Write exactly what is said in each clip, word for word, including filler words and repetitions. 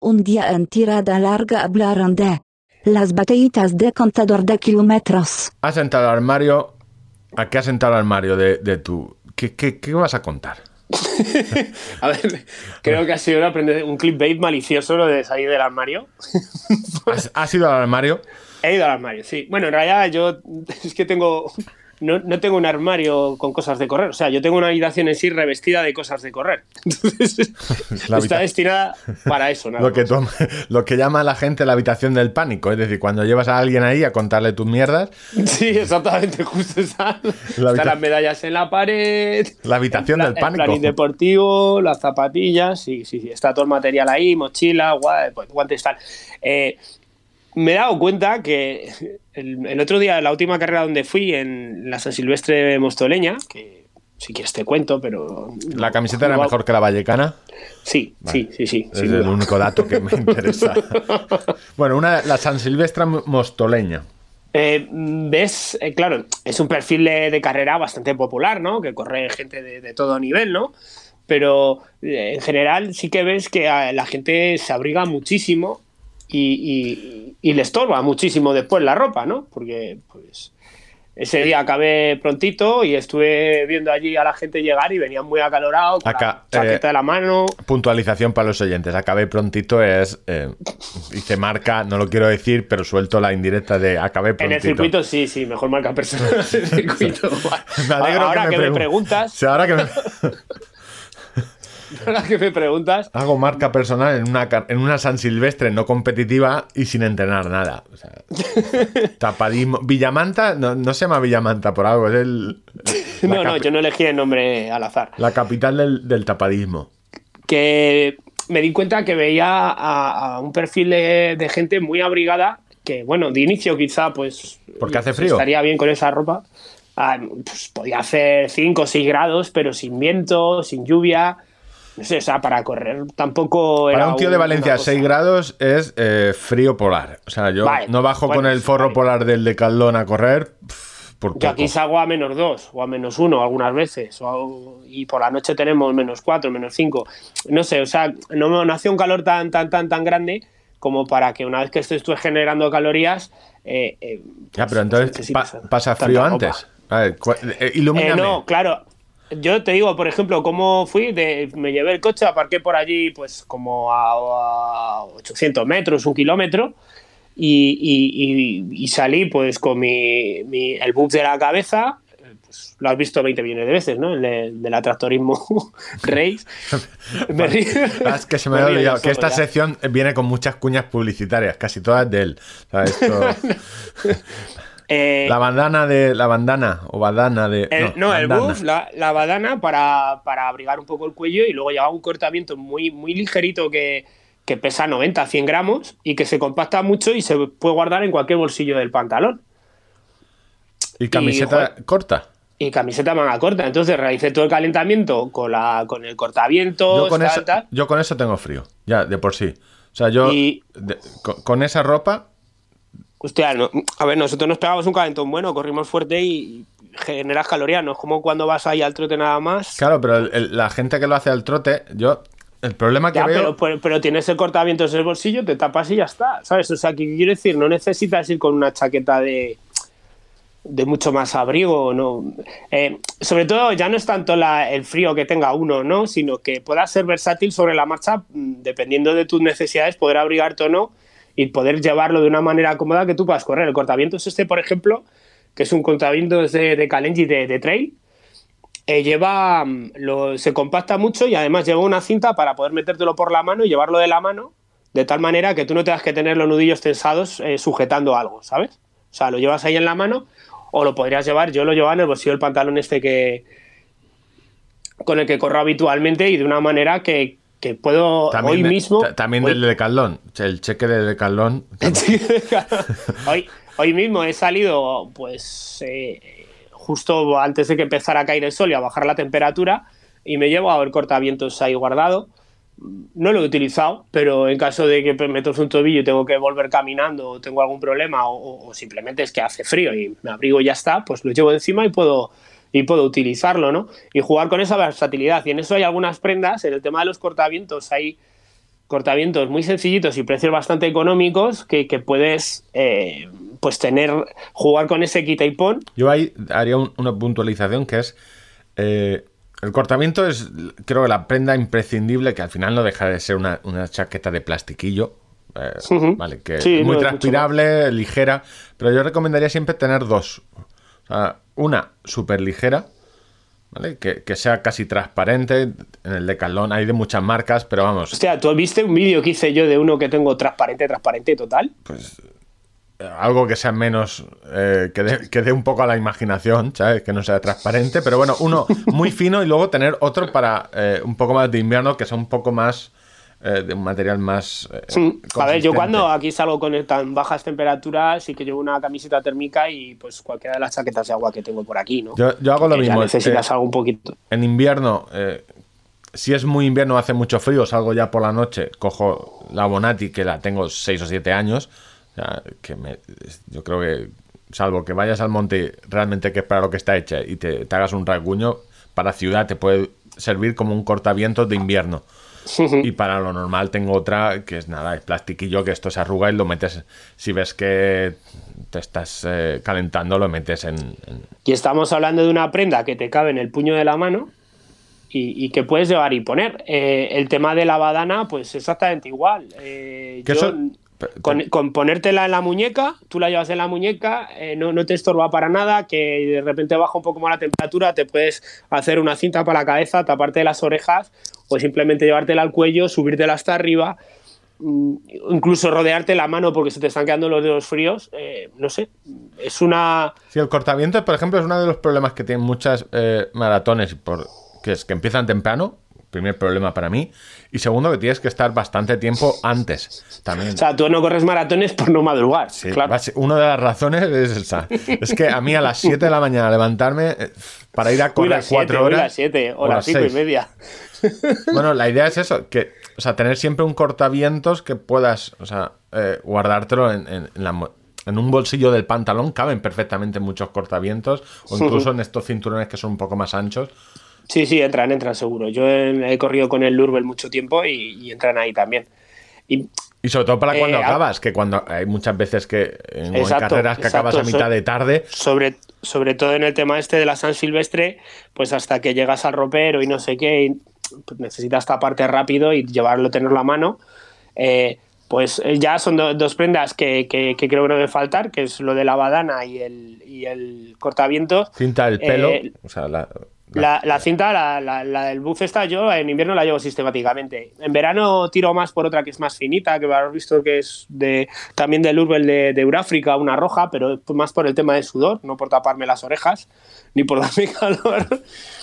Un día en tirada larga hablaron de las batallitas de contador de kilómetros. Has entrado al armario. ¿A qué has entrado al armario de, de tu...? ¿Qué, qué, ¿Qué vas a contar? A ver, creo que ha sido un, un clickbait malicioso lo de salir del armario. ¿Has, ¿Has ido al armario? He ido al armario, sí. Bueno, en realidad yo es que tengo... No, no tengo un armario con cosas de correr. O sea, yo tengo una habitación en sí revestida de cosas de correr. Entonces, está destinada para eso. Nada lo, que tú, lo que llama a la gente la habitación del pánico. Es decir, cuando llevas a alguien ahí a contarle tus mierdas. Sí, exactamente. Justo está, la están las medallas en la pared. La habitación el del pánico. El planning deportivo, las zapatillas. Sí, sí, sí. Está todo el material ahí, mochila, guantes, tal. Eh... Me he dado cuenta que el, el otro día, la última carrera donde fui, en la San Silvestre Mostoleña, que si quieres te cuento, pero... ¿La camiseta no, era mejor que la vallecana? Sí, vale. sí, sí, sí. Es el único dato que me interesa. Bueno, una, la San Silvestre Mostoleña. Eh, ves, eh, claro, es un perfil de, de carrera bastante popular, ¿no? Que corre gente de, de todo nivel, ¿no? Pero eh, en general sí que ves que la gente se abriga muchísimo. Y, y, y le estorba muchísimo después la ropa, ¿no? Porque pues ese día acabé prontito y estuve viendo allí a la gente llegar y venían muy acalorados, con Acá, la chaqueta eh, de la mano. Puntualización para los oyentes. Acabé prontito es... Eh, hice marca, no lo quiero decir, pero suelto la indirecta de acabé prontito. En el circuito sí, sí, mejor marca personal en el circuito. Me alegro ahora que, me, que pregun- me preguntas... Sí, ahora que me... Ahora que me preguntas... Hago marca personal en una, en una San Silvestre no competitiva y sin entrenar nada. O sea, tapadismo. Villamanta, no, no se llama Villamanta por algo, es el... No, capi- no, yo no elegí el nombre al azar. La capital del, del tapadismo. Que me di cuenta que veía a, a un perfil de, de gente muy abrigada, que bueno, de inicio quizá pues... Porque hace frío. Estaría bien con esa ropa. Ah, pues podía hacer cinco o seis grados, pero sin viento, sin lluvia... No sé, o sea, para correr tampoco era... Para un tío de Valencia a seis grados es eh, frío polar. O sea, yo vale, no bajo bueno, con el forro vale. polar del Decathlon a correr. Pff, por yo aquí salgo a menos dos o a menos uno algunas veces. O a, y por la noche tenemos menos cuatro, menos cinco. No sé, o sea, no, no hace un calor tan, tan, tan, tan grande como para que una vez que estés tú generando calorías... Eh, eh, pues, ya, pero entonces pa pasa frío antes. A ver, eh, ilumíname. Eh, no, claro... Yo te digo, por ejemplo, cómo fui, de, me llevé el coche, aparqué por allí pues como a, a ochocientos metros, un kilómetro, y, y, y, y salí pues con mi, mi, el buff de la cabeza, pues lo has visto veinte millones de veces, ¿no? El de, de la Tractorismo Race. Me río. Es que se me, me ha olvidado que esta ya. sección viene con muchas cuñas publicitarias, casi todas de él. O sea, esto... Eh, la bandana de la bandana o badana de el, no, no bandana. el buff, la, la badana para, para abrigar un poco el cuello y luego llevaba un cortamiento muy, muy ligerito que, que pesa noventa, cien gramos y que se compacta mucho y se puede guardar en cualquier bolsillo del pantalón. ¿Y camiseta y, corta? Y camiseta manga corta. Entonces realicé todo el calentamiento con, la, con el cortavientos. Yo con, tal, eso, tal. yo con eso tengo frío, ya de por sí. O sea, yo y, de, con, con esa ropa... Hostia, no, a ver, nosotros nos pegamos un calentón bueno, corrimos fuerte y generas calorías, no es como cuando vas ahí al trote nada más. Claro, pero el, el, la gente que lo hace al trote, yo, el problema que ya, veo... Pero, pero, pero tienes el cortavientos en el bolsillo, te tapas y ya está, ¿sabes? O sea, ¿qué quiero decir? No necesitas ir con una chaqueta de, de mucho más abrigo, ¿no? Eh, sobre todo, ya no es tanto la, el frío que tenga uno, ¿no? Sino que pueda ser versátil sobre la marcha, dependiendo de tus necesidades, poder abrigarte o no, y poder llevarlo de una manera cómoda que tú puedas correr. El cortavientos este, por ejemplo, que es un cortavientos de, de Kalenji de, de trail, eh, lleva, lo, se compacta mucho y además lleva una cinta para poder metértelo por la mano y llevarlo de la mano, de tal manera que tú no tengas que tener los nudillos tensados eh, sujetando algo, ¿sabes? O sea, lo llevas ahí en la mano o lo podrías llevar, yo lo llevaba en el bolsillo del pantalón este que con el que corro habitualmente y de una manera que que puedo también hoy de, mismo... También hoy, del Decathlon, el cheque del Decathlon. hoy, hoy mismo he salido, pues, eh, justo antes de que empezara a caer el sol y a bajar la temperatura, y me llevo a ver cortavientos ahí guardado. No lo he utilizado, pero en caso de que me torce un tobillo y tengo que volver caminando o tengo algún problema o, o simplemente es que hace frío y me abrigo y ya está, pues lo llevo encima y puedo... y puedo utilizarlo, ¿no? Y jugar con esa versatilidad. Y en eso hay algunas prendas, en el tema de los cortavientos hay cortavientos muy sencillitos y precios bastante económicos que, que puedes eh, pues tener, jugar con ese quita y pon. Yo ahí haría un, una puntualización que es eh, el cortaviento es creo que la prenda imprescindible, que al final no deja de ser una, una chaqueta de plastiquillo, eh, uh-huh. vale, que sí, es muy no transpirable, es ligera, pero yo recomendaría siempre tener dos. O sea, una súper ligera, ¿vale? Que, que sea casi transparente. En el Decathlon hay de muchas marcas, pero vamos. Hostia, ¿tú viste un vídeo que hice yo de uno que tengo transparente, transparente total? Pues algo que sea menos, eh, que dé que dé un poco a la imaginación, ¿sabes? Que no sea transparente, pero bueno, uno muy fino y luego tener otro para eh, un poco más de invierno, que sea un poco más eh, de un material más eh, sí. A ver, yo cuando aquí salgo con tan bajas temperaturas sí que llevo una camiseta térmica y pues cualquiera de las chaquetas de agua que tengo por aquí, ¿no? Yo, yo hago lo mismo. Ya necesitas eh, algo un poquito. En invierno, eh, si es muy invierno, hace mucho frío, salgo ya por la noche, cojo la Bonati, que la tengo seis o siete años, o sea, que me, yo creo que, salvo que vayas al monte realmente que es para lo que está hecha y te, te hagas un rasguño, para ciudad te puede servir como un cortavientos de invierno. Y para lo normal tengo otra que es nada, es plastiquillo, que esto se arruga y lo metes, si ves que te estás eh, calentando, lo metes en, en... Y estamos hablando de una prenda que te cabe en el puño de la mano y, y que puedes llevar y poner. Eh, el tema de la badana, pues exactamente igual. Eh, yo, eso... Con, con ponértela en la muñeca, tú la llevas en la muñeca, eh, no, no te estorba para nada, que de repente baja un poco más la temperatura, te puedes hacer una cinta para la cabeza, taparte las orejas o simplemente llevártela al cuello, subírtela hasta arriba, incluso rodearte la mano porque se te están quedando los dedos fríos, eh, no sé, es una... Sí, el cortavientos, por ejemplo, es uno de los problemas que tienen muchas eh, maratones, por, que es que empiezan temprano. Primer problema para mí. Y segundo, que tienes que estar bastante tiempo antes también. O sea, tú no corres maratones por no madrugar. Sí, claro. Una de las razones es esa. Es que a mí a las siete de la mañana levantarme para ir a correr cuatro horas. O las siete, o las cinco y media. Bueno, la idea es eso, que, o sea, tener siempre un cortavientos que puedas, o sea, eh, guardártelo en, en, en la... En un bolsillo del pantalón caben perfectamente muchos cortavientos, o incluso en estos cinturones que son un poco más anchos. Sí, sí, entran, entran seguro. Yo he, he corrido con el Lurvel mucho tiempo y, y entran ahí también. Y, y sobre todo para cuando eh, acabas, que cuando hay muchas veces que en, exacto, en carreras que exacto, acabas a mitad de tarde. Sobre, sobre todo en el tema este de la San Silvestre, pues hasta que llegas al ropero y no sé qué, y, pues necesitas taparte rápido y llevarlo, tenerlo a mano. Eh, pues ya son do, dos prendas que, que, que creo que no debe faltar, que es lo de la badana y el, y el cortavientos. Cinta del pelo, eh, o sea, la... La, la cinta, la, la, la del buff esta, yo en invierno la llevo sistemáticamente. En verano tiro más por otra que es más finita, que habrás visto que es de también del Urbel de, de Euráfrica, una roja, pero más por el tema del sudor, no por taparme las orejas, ni por darme calor.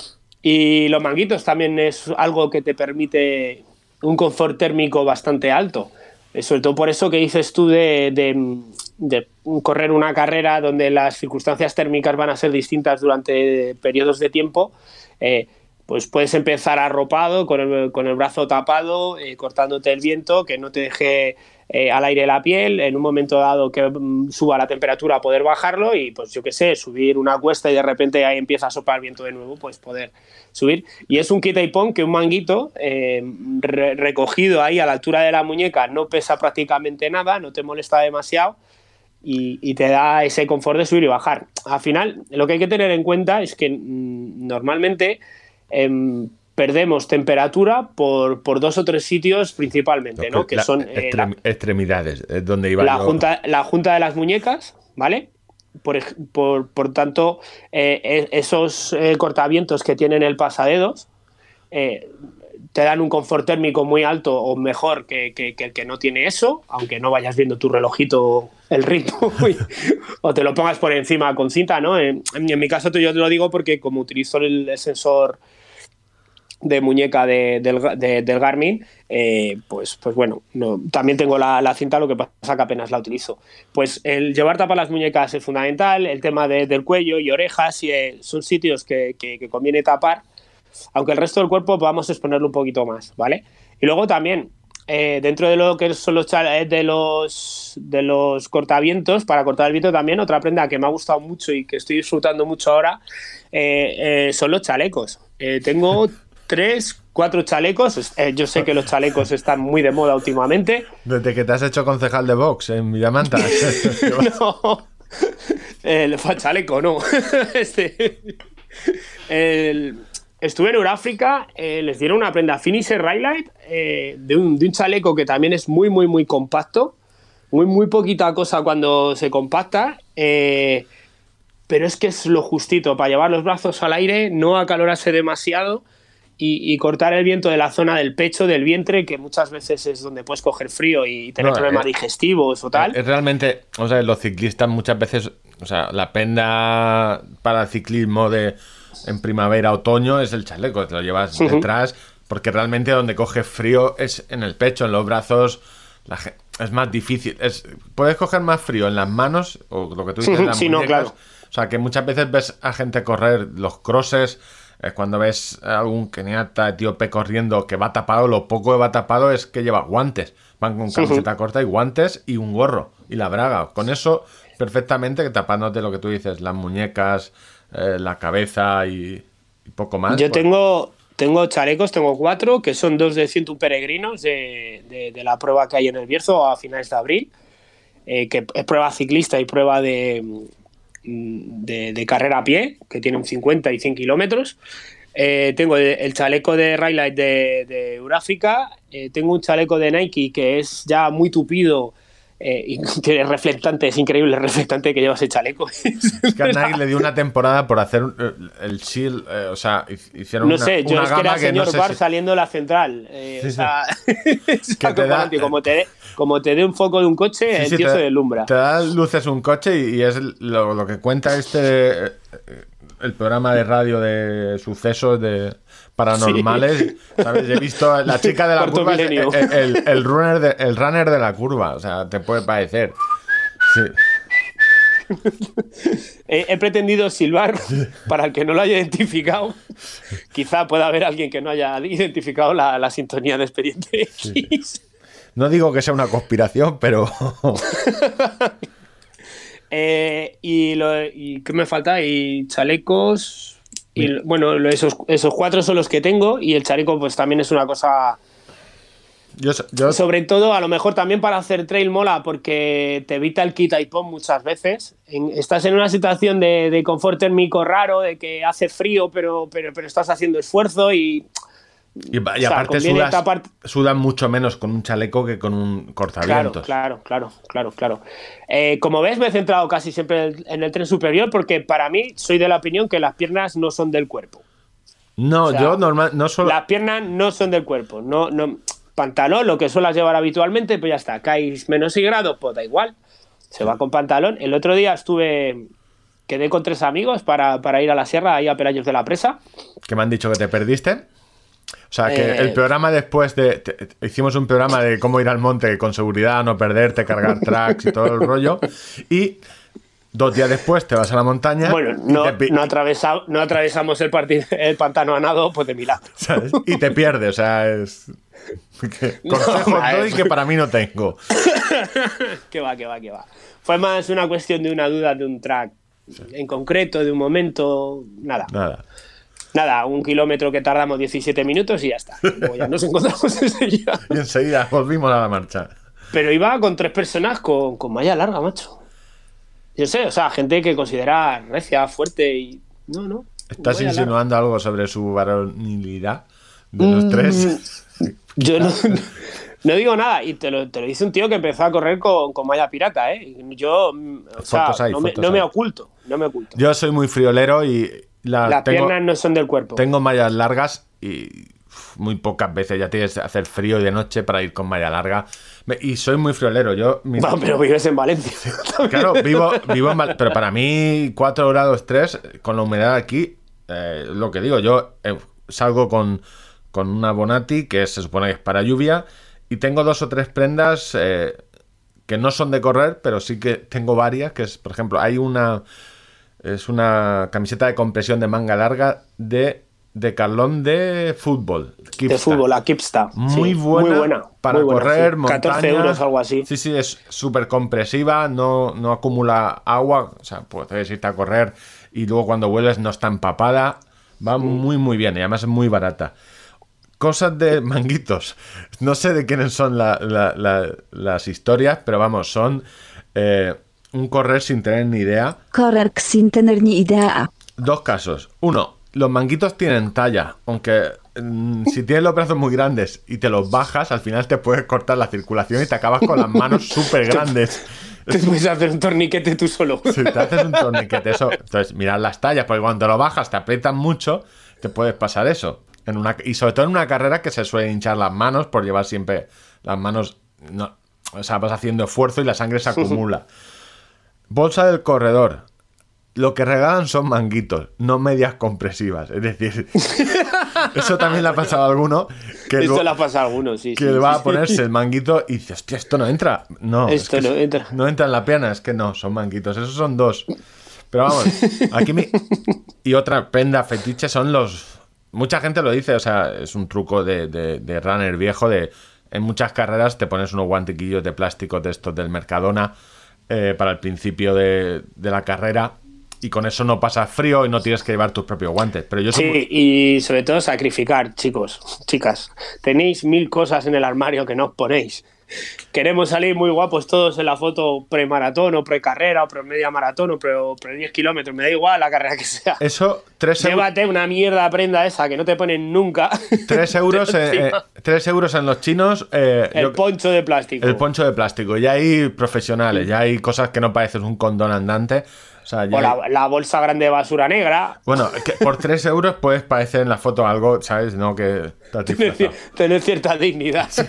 Y los manguitos también es algo que te permite un confort térmico bastante alto. Sobre todo por eso que dices tú de, de, de correr una carrera donde las circunstancias térmicas van a ser distintas durante periodos de tiempo, eh, pues puedes empezar arropado, con el, con el brazo tapado, eh, cortándote el viento, que no te deje eh, al aire la piel, en un momento dado que mm, suba la temperatura poder bajarlo y pues yo qué sé, subir una cuesta y de repente ahí empieza a soplar viento de nuevo, pues poder subir. Y es un quita y pon que un manguito eh, re recogido ahí a la altura de la muñeca no pesa prácticamente nada, no te molesta demasiado y, y te da ese confort de subir y bajar. Al final, lo que hay que tener en cuenta es que mmm, normalmente eh, perdemos temperatura por, por dos o tres sitios principalmente, ¿no? Que la, son eh, extrem, la, extremidades, es donde iba la, yo. junta, la junta de las muñecas, ¿vale? Por, por, por tanto, eh, esos eh, cortavientos que tienen el pasadedos eh, te dan un confort térmico muy alto o mejor que, que, que el que no tiene eso, aunque no vayas viendo tu relojito el ritmo y, o te lo pongas por encima con cinta, ¿no? En, en mi caso yo te lo digo porque como utilizo el, el sensor de muñeca de, del, de, del Garmin, eh, pues, pues bueno, no, también tengo la, la cinta, lo que pasa que apenas la utilizo. Pues el llevar tapas las muñecas es fundamental, el tema de, del cuello y orejas y, eh, son sitios que, que, que conviene tapar, aunque el resto del cuerpo podamos exponerlo un poquito más, ¿vale? Y luego también, eh, dentro de lo que son los, de los, de los cortavientos, para cortar el viento también, otra prenda que me ha gustado mucho y que estoy disfrutando mucho ahora, eh, eh, son los chalecos. Eh, tengo tres, cuatro chalecos. Eh, yo sé que los chalecos están muy de moda últimamente. Desde que te has hecho concejal de Vox en Villamanta. No, el chaleco, no. Este, el, estuve en Sudáfrica, eh, les dieron una prenda Finisher Highlight eh, de, un, de un chaleco que también es muy, muy, muy compacto. Muy, muy poquita cosa cuando se compacta. Eh, pero es que es lo justito para llevar los brazos al aire, no acalorarse demasiado y, y cortar el viento de la zona del pecho, del vientre, que muchas veces es donde puedes coger frío y tener no, problemas eh, digestivos o tal. Es realmente, o sea, los ciclistas muchas veces, o sea, la prenda para el ciclismo de en primavera, otoño es el chaleco, te lo llevas uh-huh. detrás, porque realmente donde coges frío es en el pecho, en los brazos. La, es más difícil. Es, puedes coger más frío en las manos, o lo que tú dices, en las sí, muñecas. No, claro. O sea, que muchas veces ves a gente correr los crosses, eh, cuando ves a algún keniata, etíope corriendo que va tapado, lo poco que va tapado es que lleva guantes. Van con camiseta uh-huh. corta y guantes y un gorro y la braga. Con eso, perfectamente, que tapándote lo que tú dices, las muñecas, eh, la cabeza y, y poco más. Yo pues. tengo... Tengo chalecos, tengo cuatro, que son dos de ciento un peregrinos de, de, de la prueba que hay en el Bierzo a finales de abril, eh, que es prueba ciclista y prueba de, de, de carrera a pie, que tienen cincuenta y cien kilómetros. Eh, tengo el chaleco de Highlight de, de Sudáfrica, eh, tengo un chaleco de Nike que es ya muy tupido, Eh, y tiene reflectante, es increíble el reflectante que lleva ese chaleco. Es que a Nike le dio una temporada por hacer el shield, eh, o sea, hicieron no una, sé, yo una es que era el que señor no sé Bar si... saliendo de la central. Eh, sí, o sea, sí. que te da, como te dé como te dé un foco de un coche, sí, el sí, tío te, se deslumbra. Te da luces un coche y, y es lo, lo que cuenta este el programa de radio de sucesos de paranormales, sí. ¿Sabes? He visto la chica de la Cuarto curva, el, el, el, runner de, el runner de la curva, o sea, te puede parecer. Sí. he, he pretendido silbar para el que no lo haya identificado. Quizá pueda haber alguien que no haya identificado la, la sintonía de Expediente X. Sí. No digo que sea una conspiración, pero... eh, y, lo, y ¿qué me falta? Y chalecos... Y bueno, esos, esos cuatro son los que tengo y el chaleco pues también es una cosa... Yo, yo... Sobre todo, a lo mejor también para hacer trail mola porque te evita el quita y pon muchas veces. En, estás en una situación de, de confort térmico raro, de que hace frío pero, pero, pero estás haciendo esfuerzo y... Y, y o sea, aparte sudas, tapar... sudan mucho menos con un chaleco que con un cortavientos. Claro, claro, claro, claro, claro. Eh, como ves, me he centrado casi siempre en el, en el tren superior porque para mí soy de la opinión que las piernas no son del cuerpo. No, o sea, yo normal, no solo... Las piernas no son del cuerpo. No, no, pantalón, lo que suelas llevar habitualmente, pues ya está. Caes menos seis grados, pues da igual. Se va con pantalón. El otro día estuve... Quedé con tres amigos para, para ir a la sierra, ahí a Perallos de la Presa. ¿Que me han dicho que te perdiste? O sea, que eh, el programa después de... Te, te, hicimos un programa de cómo ir al monte con seguridad, no perderte, cargar tracks y todo el rollo. Y dos días después te vas a la montaña... Bueno, no, te, no, atravesa, no atravesamos el, part- el pantano a nado, pues de milagro. ¿Sabes? Y te pierdes, o sea, es... Que, consejos no, doy que para mí no tengo. Que va, que va, que va. Fue más una cuestión de una duda de un track sí. en concreto, de un momento... Nada. Nada. Nada, un kilómetro que tardamos diecisiete minutos y ya está. Luego ya nos encontramos enseguida. Y enseguida volvimos a la marcha. Pero iba con tres personas con, con malla larga, macho. Yo sé, o sea, gente que considera recia, fuerte y... No, no. ¿Estás insinuando larga. algo sobre su varonilidad de los mm, tres? Yo no, no digo nada. Y te lo, te lo dice un tío que empezó a correr con, con malla pirata, ¿eh? Yo, o sea, hay, no, me, no me oculto, no me oculto. Yo soy muy friolero y... La, Las tengo, piernas no son del cuerpo. Tengo mallas largas y uf, muy pocas veces ya tienes que hacer frío y de noche para ir con malla larga. Y soy muy friolero. Yo, mi... bueno, pero vives en Valencia. Claro, vivo, vivo en Valencia. Pero para mí, cuatro grados tres, con la humedad aquí, eh, lo que digo, yo eh, salgo con, con una Bonatti, que se supone que es para lluvia, y tengo dos o tres prendas eh, que no son de correr, pero sí que tengo varias, que es, por ejemplo, hay una... Es una camiseta de compresión de manga larga de Decathlon de fútbol. Kipsta. De fútbol, la Kipsta. Muy, sí, buena muy buena para muy buena, correr, sí. montaña. catorce euros, algo así. Sí, sí, es súper compresiva, no, no acumula agua. O sea, puedes irte a correr y luego cuando vuelves no está empapada. Va mm. muy, muy bien y además es muy barata. cosas de manguitos. No sé de quiénes son la, la, la, las historias, pero vamos, son eh, un correr sin tener ni idea. Correr sin tener ni idea. Dos casos. Uno, los manguitos tienen talla, aunque mmm, si tienes los brazos muy grandes y te los bajas, al final te puedes cortar la circulación y te acabas con las manos súper grandes. Te puedes hacer un torniquete tú solo. Si te haces un torniquete, eso. Entonces, mirad las tallas, porque cuando te lo bajas, te aprietan mucho, te puedes pasar eso. En una, y sobre todo en una carrera que se suelen hinchar las manos por llevar siempre las manos. No, o sea, vas haciendo esfuerzo y la sangre se acumula. Bolsa del corredor. Lo que regalan son manguitos, no medias compresivas. Es decir, eso también le ha pasado a alguno. Que esto lo, le ha pasado a alguno, sí. Que sí, va sí. a ponerse el manguito y dice, hostia, esto no entra. No, esto es que no entra. No entra en la pierna, es que no, son manguitos. Esos son dos. Pero vamos, aquí mi... Y otra prenda fetiche son los... Mucha gente lo dice, o sea, es un truco de, de, de runner viejo. De en muchas carreras te pones unos guantiquillos de plástico de estos del Mercadona eh, para el principio de, de la carrera. Y con eso no pasas frío y no tienes que llevar tus propios guantes. Pero yo Sí, soy... y sobre todo sacrificar, chicos, chicas. Tenéis mil cosas en el armario que no os ponéis. Queremos salir muy guapos todos en la foto pre-maratón o pre-carrera o pre-media maratón o pre-diez kilómetros. Me da igual la carrera que sea. Eso, tres euros... Llévate una mierda prenda esa que no te ponen nunca. Tres euros, eh, eh, tres euros en los chinos. Eh, el yo... poncho de plástico. El poncho de plástico. Ya hay profesionales, ya hay cosas que no pareces un condón andante. O, sea, ya o la, hay... la bolsa grande de basura negra. Bueno, que por tres euros puedes parecer en la foto algo, ¿sabes? No, que tener, tener cierta dignidad. Sí.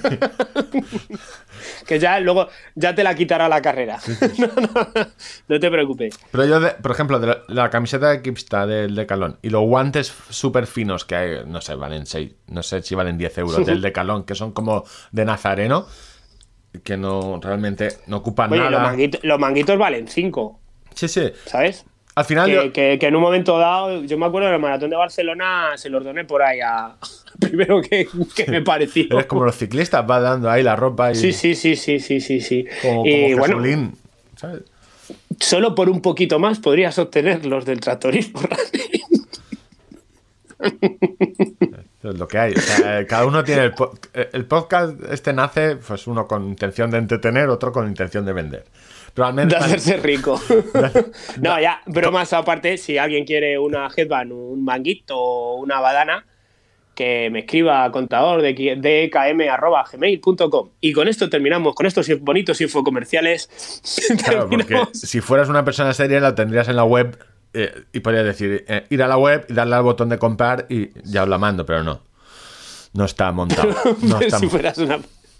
Que ya luego ya te la quitará la carrera. Sí, sí. No, no, no te preocupes. Pero yo, de, por ejemplo, de la, la camiseta de Kipsta del Decathlon y los guantes súper finos que hay, no sé, valen seis, no sé si valen diez euros del Decathlon, que son como de nazareno, que no realmente no ocupan Oye, nada. Los manguitos, los manguitos valen cinco. Sí, sí. ¿Sabes? Al final que, yo... que, que en un momento dado, yo me acuerdo del maratón de Barcelona, se los doné por ahí a primero que, que me pareció. Eres como los ciclistas, va dando ahí la ropa y... Sí, sí, sí, sí, sí, sí, sí. Como, y como bueno, Jesulín, ¿sabes? Solo por un poquito más podrías obtener los del tractorismo. Es lo que hay. O sea, cada uno tiene el, po el podcast este nace, pues uno con intención de entretener, otro con intención de vender. Pero al menos de hacerse rico. No, ya, bromas aparte, si alguien quiere una headband, un manguito o una badana, que me escriba a contador de d k m arroba gmail punto com. Y con esto terminamos, con estos bonitos infocomerciales. Claro, porque si fueras una persona seria la tendrías en la web eh, y podrías decir, eh, ir a la web y darle al botón de comprar y ya os la mando, pero no. No está montado. No está si fueras una...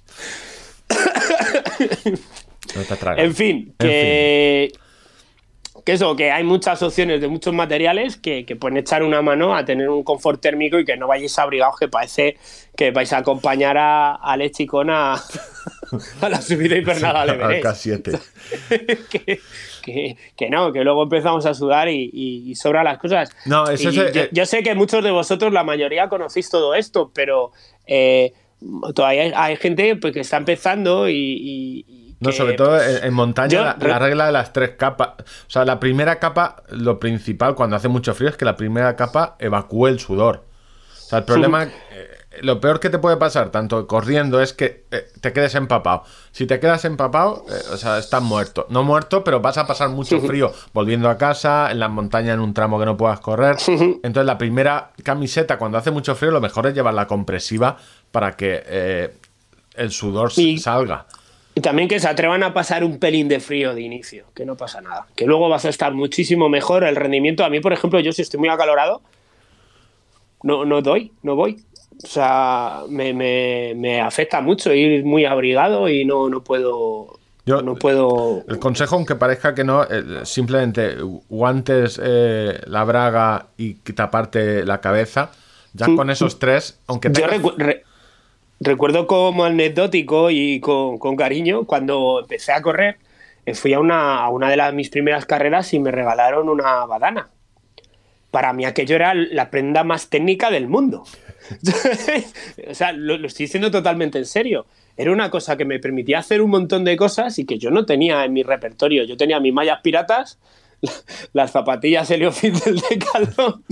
No te en fin, que... En fin. Que eso, que hay muchas opciones de muchos materiales que, que pueden echar una mano a tener un confort térmico y que no vayáis abrigados, que parece que vais a acompañar a, a Lechicón a, a la subida infernal al Everest. K siete. que, que, que no, que luego empezamos a sudar y, y, y sobran las cosas. No, eso y es, yo, eh, yo sé que muchos de vosotros, la mayoría, conocéis todo esto, pero eh, todavía hay, hay gente pues, que está empezando y... y no, que, sobre todo pues, en montaña, yo, la, la regla de las tres capas. O sea, la primera capa, lo principal cuando hace mucho frío es que la primera capa evacúe el sudor. O sea, el problema, eh, lo peor que te puede pasar, tanto corriendo, es que eh, te quedes empapado. Si te quedas empapado, eh, o sea, estás muerto. No muerto, pero vas a pasar mucho frío volviendo a casa, en las montañas, en un tramo que no puedas correr. Entonces, la primera camiseta, cuando hace mucho frío, lo mejor es llevar la compresiva para que eh, el sudor y... salga. Y también que se atrevan a pasar un pelín de frío de inicio, que no pasa nada. Que luego vas a estar muchísimo mejor el rendimiento. A mí, por ejemplo, yo si estoy muy acalorado, no, no doy, no voy. O sea, me, me, me afecta mucho ir muy abrigado y no, no puedo... Yo, no puedo... El consejo, aunque parezca que no, eh, simplemente guantes, eh, la braga y taparte la cabeza, ya con esos tres, aunque tengas... Yo recu re recuerdo como anecdótico y con, con cariño, cuando empecé a correr, fui a una, a una de las, mis primeras carreras y me regalaron una badana. Para mí aquello era la prenda más técnica del mundo. O sea, lo, lo estoy diciendo totalmente en serio. Era una cosa que me permitía hacer un montón de cosas y que yo no tenía en mi repertorio. Yo tenía mis mallas piratas, las zapatillas Heliofit del Decathlon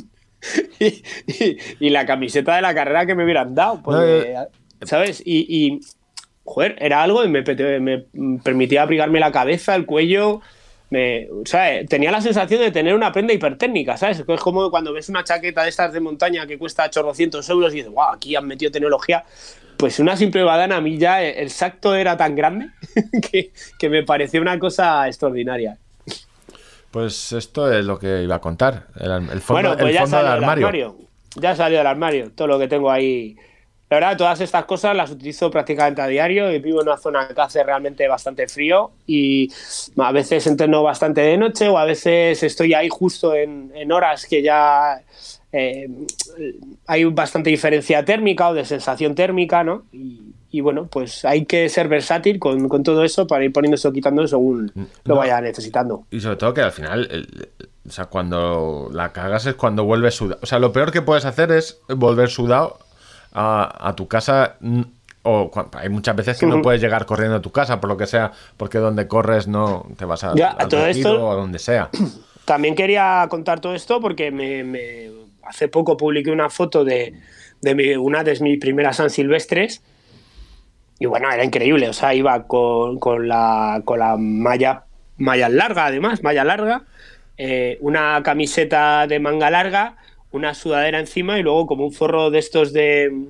y, y, y la camiseta de la carrera que me hubieran dado, porque, no, ¿sabes? Y, y, joder, era algo y me, me permitía abrigarme la cabeza, el cuello. Me, o sea, tenía la sensación de tener una prenda hipertécnica, ¿sabes? Es como cuando ves una chaqueta de estas de montaña que cuesta ochocientos euros y dices, guau, aquí han metido tecnología. Pues una simple badana, a mí ya el salto era tan grande que, que me pareció una cosa extraordinaria. Pues esto es lo que iba a contar, el, el fondo, bueno, pues el ya fondo salió del armario. del armario. Ya salió del armario, todo lo que tengo ahí. La verdad, todas estas cosas las utilizo prácticamente a diario. Y vivo en una zona que hace realmente bastante frío y a veces entreno bastante de noche o a veces estoy ahí justo en, en horas que ya eh, hay bastante diferencia térmica o de sensación térmica, ¿no? Y, y bueno, pues hay que ser versátil con, con todo eso para ir poniéndose o quitando según lo no, vaya necesitando. Y sobre todo que al final, el, o sea, cuando la cagas es cuando vuelves sudado. O sea, lo peor que puedes hacer es volver sudado A, a tu casa, o hay muchas veces que uh-huh. no puedes llegar corriendo a tu casa por lo que sea, porque donde corres no te vas a, ya, al todo retiro esto, o a donde sea. También quería contar todo esto porque me, me hace poco publiqué una foto de, de mi, una de mis primeras San Silvestres y bueno, era increíble, o sea, iba con, con la con la malla malla larga, además, malla larga, eh, una camiseta de manga larga, una sudadera encima y luego como un forro de estos de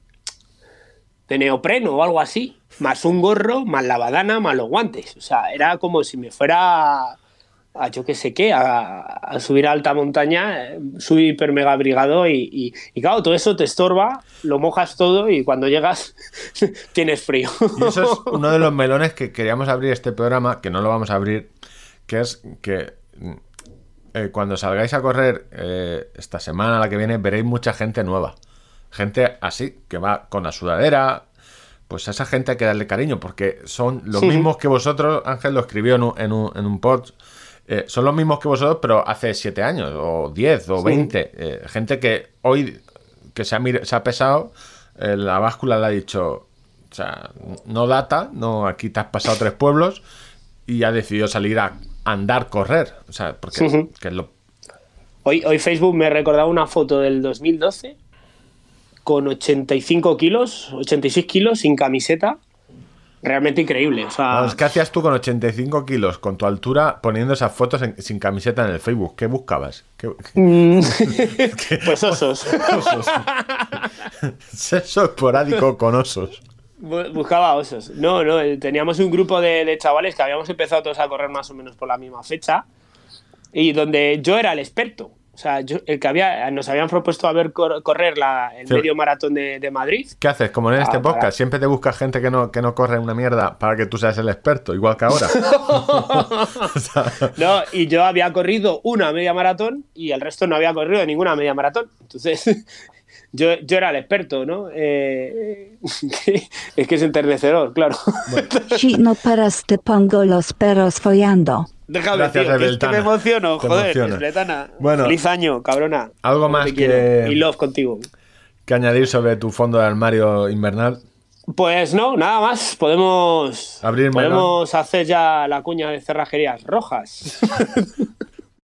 de neopreno o algo así, más un gorro, más la badana, más los guantes. O sea, era como si me fuera a, a yo qué sé qué, a, a subir a alta montaña, subir hiper mega abrigado y, y, y claro, todo eso te estorba, lo mojas todo y cuando llegas tienes frío. Y eso es uno de los melones que queríamos abrir este programa, que no lo vamos a abrir, que es que Eh, cuando salgáis a correr eh, esta semana, la que viene, veréis mucha gente nueva. Gente así, que va con la sudadera. Pues a esa gente hay que darle cariño, porque son los sí. mismos que vosotros. Ángel lo escribió en un, en un, en un post. Eh, son los mismos que vosotros, pero hace siete años, o diez, o veinte. Sí. Eh, gente que hoy, que se ha, se ha pesado, eh, la báscula le ha dicho, o sea, no data, no, aquí te has pasado tres pueblos, y ha decidido salir a andar, correr, o sea, porque uh-huh. que es lo... hoy, hoy Facebook me recordaba una foto del dos mil doce con ochenta y cinco kilos, ochenta y seis kilos, sin camiseta, realmente increíble, o sea... No, ¿qué hacías tú con ochenta y cinco kilos, con tu altura, poniendo esas fotos en, sin camiseta en el Facebook? ¿Qué buscabas? ¿Qué, qué... Mm. ¿Qué? Pues osos. Osos. Sexo esporádico con osos. Buscaba osos. No, no, teníamos un grupo de, de chavales que habíamos empezado todos a correr más o menos por la misma fecha y donde yo era el experto. O sea, yo, el que había, nos habían propuesto a ver cor, correr la, el sí. medio maratón de, de Madrid. ¿Qué haces? Como en este ah, podcast, para... siempre te buscas gente que no, que no corre una mierda para que tú seas el experto, igual que ahora. O sea... No, y yo había corrido una media maratón y el resto no había corrido ninguna media maratón. Entonces... Yo, yo era el experto, ¿no? Eh, es que es enternecedor, claro. Bueno. Si no paras, te pongo los perros follando. Déjame, Gracias, tío, que, que me emociono, te joder, Esbeltana. Bueno, feliz año, cabrona. Algo más que... Y love contigo. Que añadir sobre tu fondo de armario invernal. Pues no, nada más. Podemos, Abrir podemos hacer ya la cuña de cerrajerías rojas.